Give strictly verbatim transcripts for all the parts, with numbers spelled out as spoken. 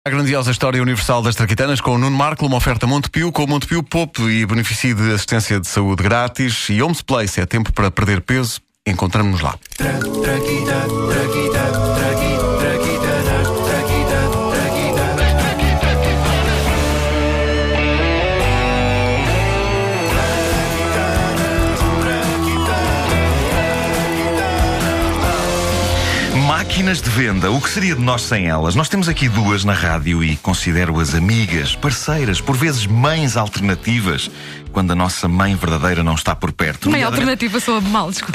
A grandiosa história universal das traquitanas com o Nuno Marco, uma oferta Montepio, com o Montepio Poupe e beneficie de assistência de saúde grátis. E Homes Place, é tempo para perder peso. Encontramos-nos lá. Tra, traquita, traquita, traquita, traquita, traquita, traquita. Máquinas de venda, o que seria de nós sem elas? Nós temos aqui duas na rádio e considero-as amigas, parceiras, por vezes mães alternativas, quando a nossa mãe verdadeira não está por perto. Mãe alternativa soa mal, desculpa.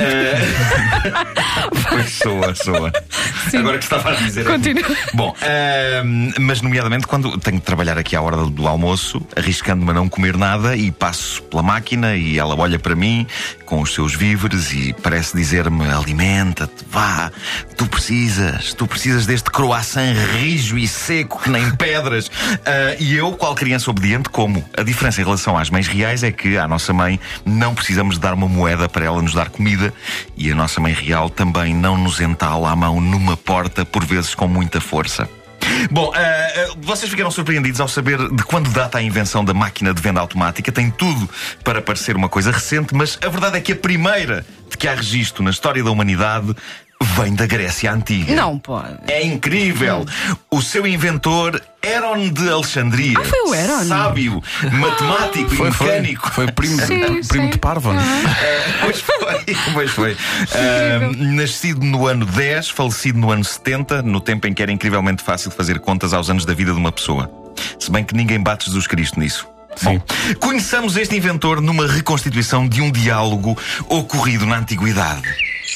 Uh... pois soa, soa. Sim. Agora que estava a dizer. Continua. Aqui. Bom, uh... mas nomeadamente quando tenho de trabalhar aqui à hora do almoço, arriscando-me a não comer nada, e passo pela máquina e ela olha para mim com os seus víveres e parece dizer-me: alimenta-te, vá, tu precisas, tu precisas deste croissant rijo e seco que nem pedras. Uh, e eu, qual criança obediente, como? A diferença em relação às mães reais é que à nossa mãe não precisamos de dar uma moeda para ela nos dar comida, e a nossa mãe real também não nos entala a mão numa porta, por vezes com muita força. Bom, uh, vocês ficaram surpreendidos ao saber de quando data a invenção da máquina de venda automática. Tem tudo para parecer uma coisa recente, mas a verdade é que a primeira de que há registro na história da humanidade vem da Grécia Antiga. Não pode. É incrível. O seu inventor, Heron de Alexandria. Ah, foi o Heron? Sábio, matemático foi, e mecânico. Foi, foi primo, sim, primo sim. de Parvo, não é? Uh, pois foi, pois foi. Uh, nascido no ano dez, falecido no ano setenta, no tempo em que era incrivelmente fácil fazer contas aos anos da vida de uma pessoa. Se bem que ninguém bate Jesus Cristo nisso. Sim. Bom, conheçamos este inventor numa reconstituição de um diálogo ocorrido na Antiguidade.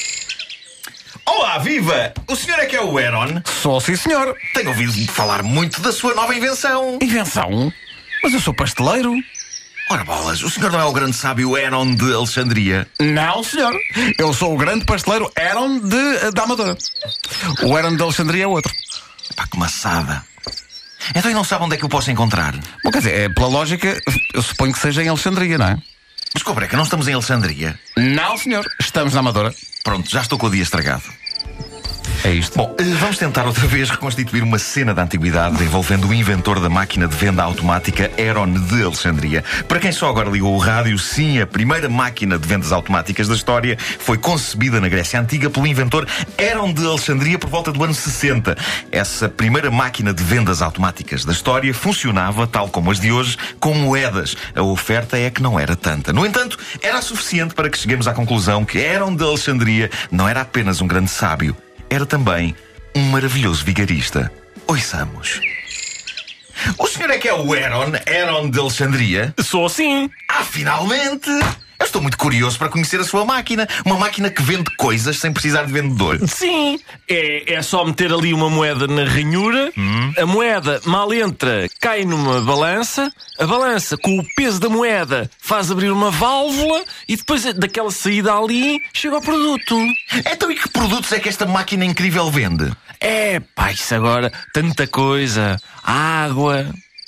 Olá, viva! O senhor é que é o Heron? Só sim, senhor. Tenho ouvido falar muito da sua nova invenção. Invenção? Mas eu sou pasteleiro. Ora bolas, o senhor não é o grande sábio Heron de Alexandria? Não, senhor. Eu sou o grande pasteleiro Heron de, da Amadora. O Heron de Alexandria é outro. Pá, que maçada. Então e não sabe onde é que eu posso encontrar? Bom, quer dizer, é, pela lógica, eu suponho que seja em Alexandria, não é? Mas como é que não estamos em Alexandria? Não, senhor. Estamos na Amadora. Pronto, já estou com o dia estragado. É isto. Bom, vamos tentar outra vez reconstituir uma cena da antiguidade envolvendo o inventor da máquina de venda automática Heron de Alexandria. Para quem só agora ligou o rádio, sim, a primeira máquina de vendas automáticas da história foi concebida na Grécia Antiga pelo inventor Heron de Alexandria por volta do ano sessenta. Essa primeira máquina de vendas automáticas da história funcionava, tal como as de hoje, com moedas. A oferta é que não era tanta. No entanto, era suficiente para que cheguemos à conclusão que Heron de Alexandria não era apenas um grande sábio, era também um maravilhoso vigarista. Ouçamos. O senhor é que é o Heron, Heron de Alexandria? Sou sim. Ah, finalmente! Eu estou muito curioso para conhecer a sua máquina. Uma máquina que vende coisas sem precisar de vendedor. Sim. É, é só meter ali uma moeda na ranhura. Hum. A moeda, mal entra, cai numa balança. A balança, com o peso da moeda, faz abrir uma válvula. E depois daquela saída ali, chega ao produto. Então e que produtos é que esta máquina incrível vende? É, pá, isso agora, tanta coisa. Água.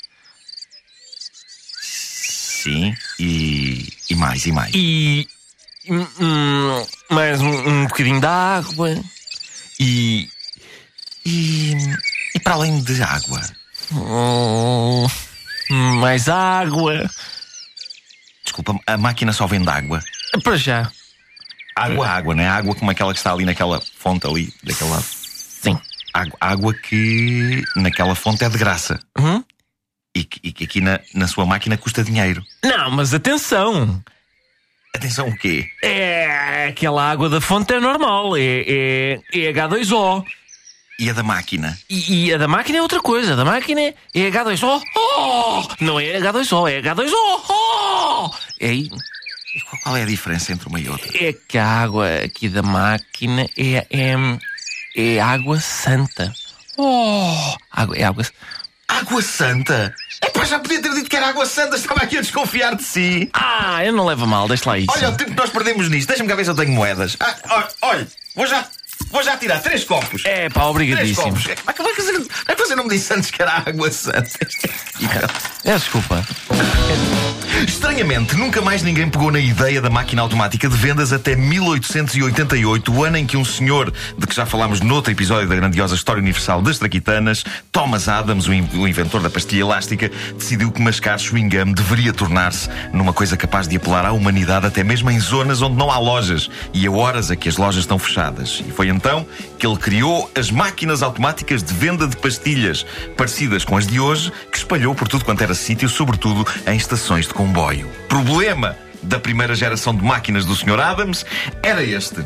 Sim, e... e mais, e mais. E... Hum, mais um, um bocadinho de água. E... E... E para além de água? Hum, mais água. Desculpa, a máquina só vende água? Para já. Água, água, não é? Água como aquela que está ali naquela fonte ali, daquele lado. Sim. Água, água que naquela fonte é de graça. Uhum. E que, e que aqui na, na sua máquina custa dinheiro. Não, mas atenção. Atenção o quê? É... Aquela água da fonte é normal. É, é, é H dois O. E a da máquina? E, e a da máquina é outra coisa. A da máquina é, é H dois O. Oh! Não é H dois O, é H dois O. Oh! É aí... E qual, qual é a diferença entre uma e outra? É que a água aqui da máquina é... É, é água santa. Oh! Água, é água... Água santa? Epá, já podia ter dito que era água santa. Estava aqui a desconfiar de si. Ah, eu não levo a mal, deixa lá isso. Olha o tempo que nós perdemos nisto. Deixa-me cá ver se eu tenho moedas. Ah, olha, olha, vou já... Vou já tirar três copos. É pá, Três obrigadíssimo. copos. Mas como é que você, como é que você não me disse antes que era água santa? É, desculpa. Estranhamente, nunca mais ninguém pegou na ideia da máquina automática de vendas até mil oitocentos e oitenta e oito, o ano em que um senhor, de que já falámos noutro episódio da grandiosa História Universal das Traquitanas, Thomas Adams, o, in o inventor da pastilha elástica, decidiu que mascar chewing gum deveria tornar-se numa coisa capaz de apelar à humanidade até mesmo em zonas onde não há lojas e a horas a que as lojas estão fechadas. E foi então que ele criou as máquinas automáticas de venda de pastilhas, parecidas com as de hoje, que espalhou por tudo quanto era sítio, sobretudo em estações de comboio. Problema da primeira geração de máquinas do senhor Adams era este.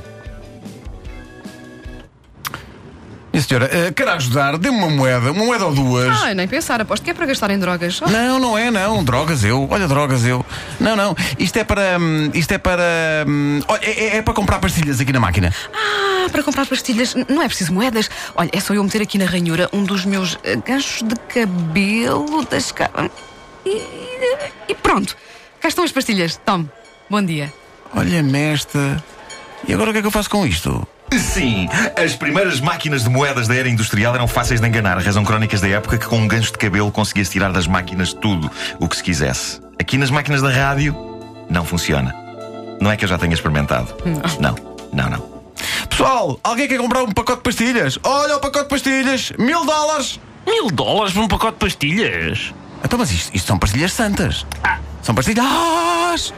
Minha senhora, uh, quer ajudar? Dê-me uma moeda, uma moeda ou duas. Ah, nem pensar, aposto que é para gastar em drogas. Oh, Não, não é, não. Drogas eu. Olha, drogas eu. Não, não. Isto é para. hum, Isto é para. hum, Olha, é, é para comprar pastilhas aqui na máquina. Ah, para comprar pastilhas não é preciso moedas. Olha, é só eu meter aqui na ranhura um dos meus eh, ganchos de cabelo das ca... e, e pronto. Cá estão as pastilhas. Tome. Bom dia. Olha-me esta. E agora o que é que eu faço com isto? Sim, as primeiras máquinas de moedas da era industrial eram fáceis de enganar. Rezam crónicas da época que com um gancho de cabelo conseguia-se tirar das máquinas tudo o que se quisesse. Aqui nas máquinas da rádio, não funciona. Não é que eu já tenha experimentado. Não, não, não. Pessoal, alguém quer comprar um pacote de pastilhas? Olha o pacote de pastilhas, mil dólares. Mil dólares por um pacote de pastilhas? Então, mas isto, isto são pastilhas santas. Ah. São pastilhas.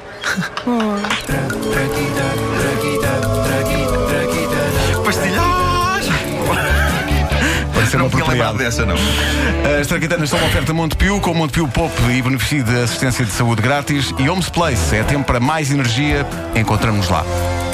Pastilhas! Parece Não uma tinha lembrado apropriado. dessa, não. As Traquitanas são uma oferta Montepio, com Montepio Pop e benefício de assistência de saúde grátis. E Homes Place, é tempo para mais energia. Encontramos lá.